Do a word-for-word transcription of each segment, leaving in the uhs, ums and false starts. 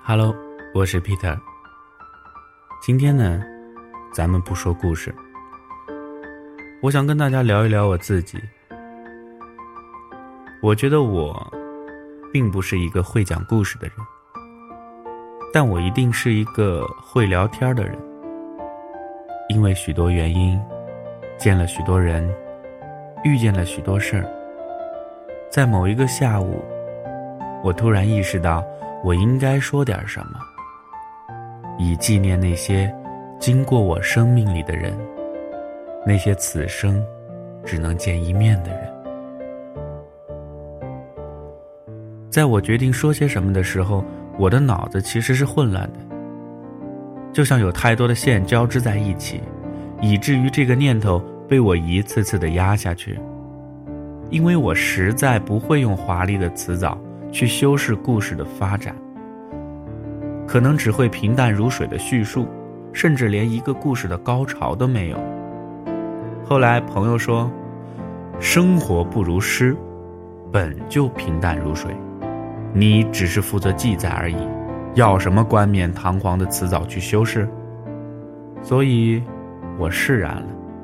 Hello， 我是 Peter。今天呢，咱们不说故事，我想跟大家聊一聊我自己。我觉得我并不是一个会讲故事的人，但我一定是一个会聊天的人。因为许多原因，见了许多人，遇见了许多事儿。在某一个下午，我突然意识到我应该说点什么，以纪念那些经过我生命里的人，那些此生只能见一面的人。在我决定说些什么的时候，我的脑子其实是混乱的，就像有太多的线交织在一起，以至于这个念头被我一次次地压下去。因为我实在不会用华丽的词藻去修饰故事的发展，可能只会平淡如水的叙述，甚至连一个故事的高潮都没有。后来朋友说，生活不如诗，本就平淡如水，你只是负责记载而已，要什么冠冕堂皇的词藻去修饰？所以我释然了。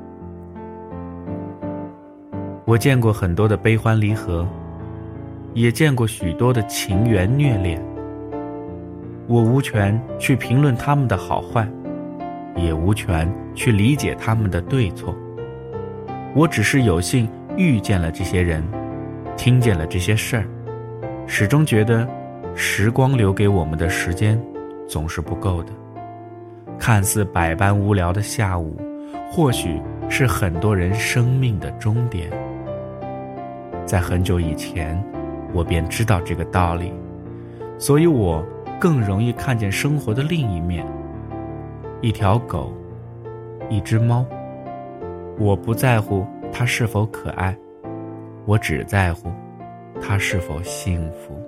我见过很多的悲欢离合，也见过许多的情缘虐恋。我无权去评论他们的好坏，也无权去理解他们的对错。我只是有幸遇见了这些人，听见了这些事儿，始终觉得时光留给我们的时间总是不够的。看似百般无聊的下午，或许是很多人生命的终点。在很久以前，我便知道这个道理，所以我更容易看见生活的另一面。一条狗，一只猫，我不在乎它是否可爱，我只在乎它是否幸福。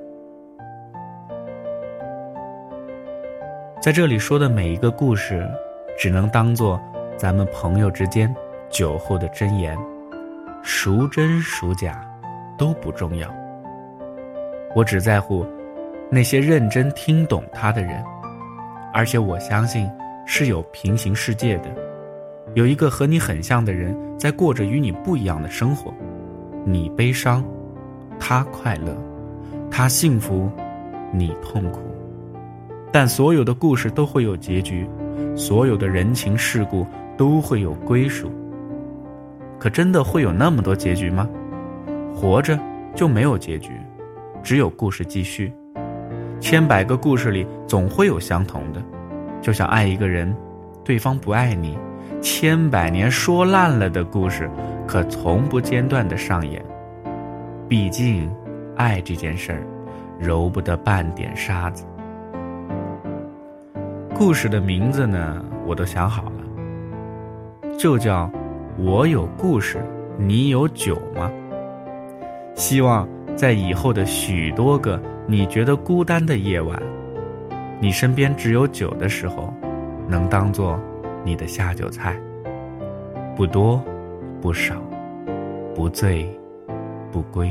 在这里说的每一个故事，只能当作咱们朋友之间酒后的箴言，孰真孰假都不重要。我只在乎那些认真听懂它的人，而且我相信是有平行世界的，有一个和你很像的人在过着与你不一样的生活。你悲伤，他快乐；他幸福，你痛苦。但所有的故事都会有结局，所有的人情世故都会有归属。可真的会有那么多结局吗？活着就没有结局，只有故事继续。千百个故事里总会有相同的，就像爱一个人，对方不爱你，千百年说烂了的故事可从不间断地上演。毕竟爱这件事儿揉不得半点沙子。故事的名字呢，我都想好了，就叫我有故事，你有酒吗？希望在以后的许多个你觉得孤单的夜晚，你身边只有酒的时候，能当作你的下酒菜，不多不少，不醉不归。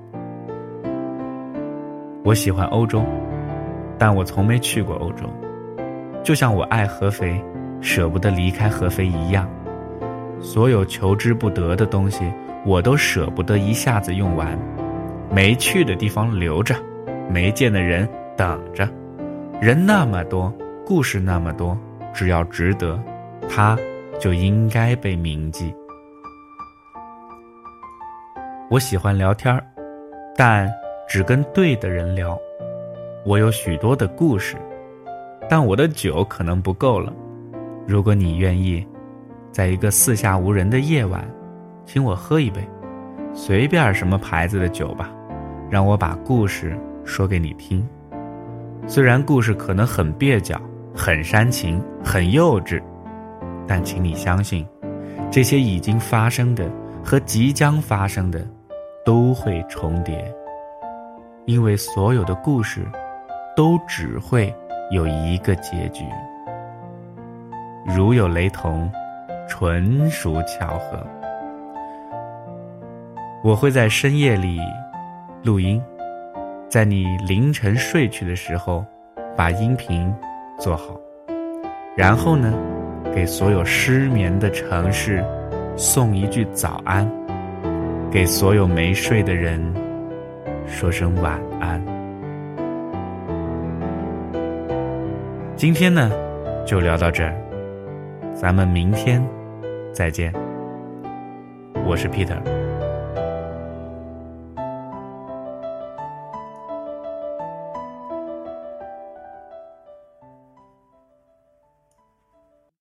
我喜欢欧洲，但我从没去过欧洲，就像我爱合肥，舍不得离开合肥一样。所有求之不得的东西，我都舍不得一下子用完。没去的地方留着，没见的人等着。人那么多，故事那么多，只要值得，它就应该被铭记。我喜欢聊天，但只跟对的人聊。我有许多的故事，但我的酒可能不够了。如果你愿意，在一个四下无人的夜晚，请我喝一杯，随便什么牌子的酒吧，让我把故事说给你听。虽然故事可能很蹩脚，很煽情，很幼稚，但请你相信，这些已经发生的和即将发生的都会重叠，因为所有的故事都只会有一个结局。如有雷同，纯属巧合。我会在深夜里录音，在你凌晨睡去的时候， 把音频做好，然后呢，给所有失眠的城市送一句早安，给所有没睡的人说声晚安。今天呢，就聊到这儿，咱们明天再见。我是 Peter。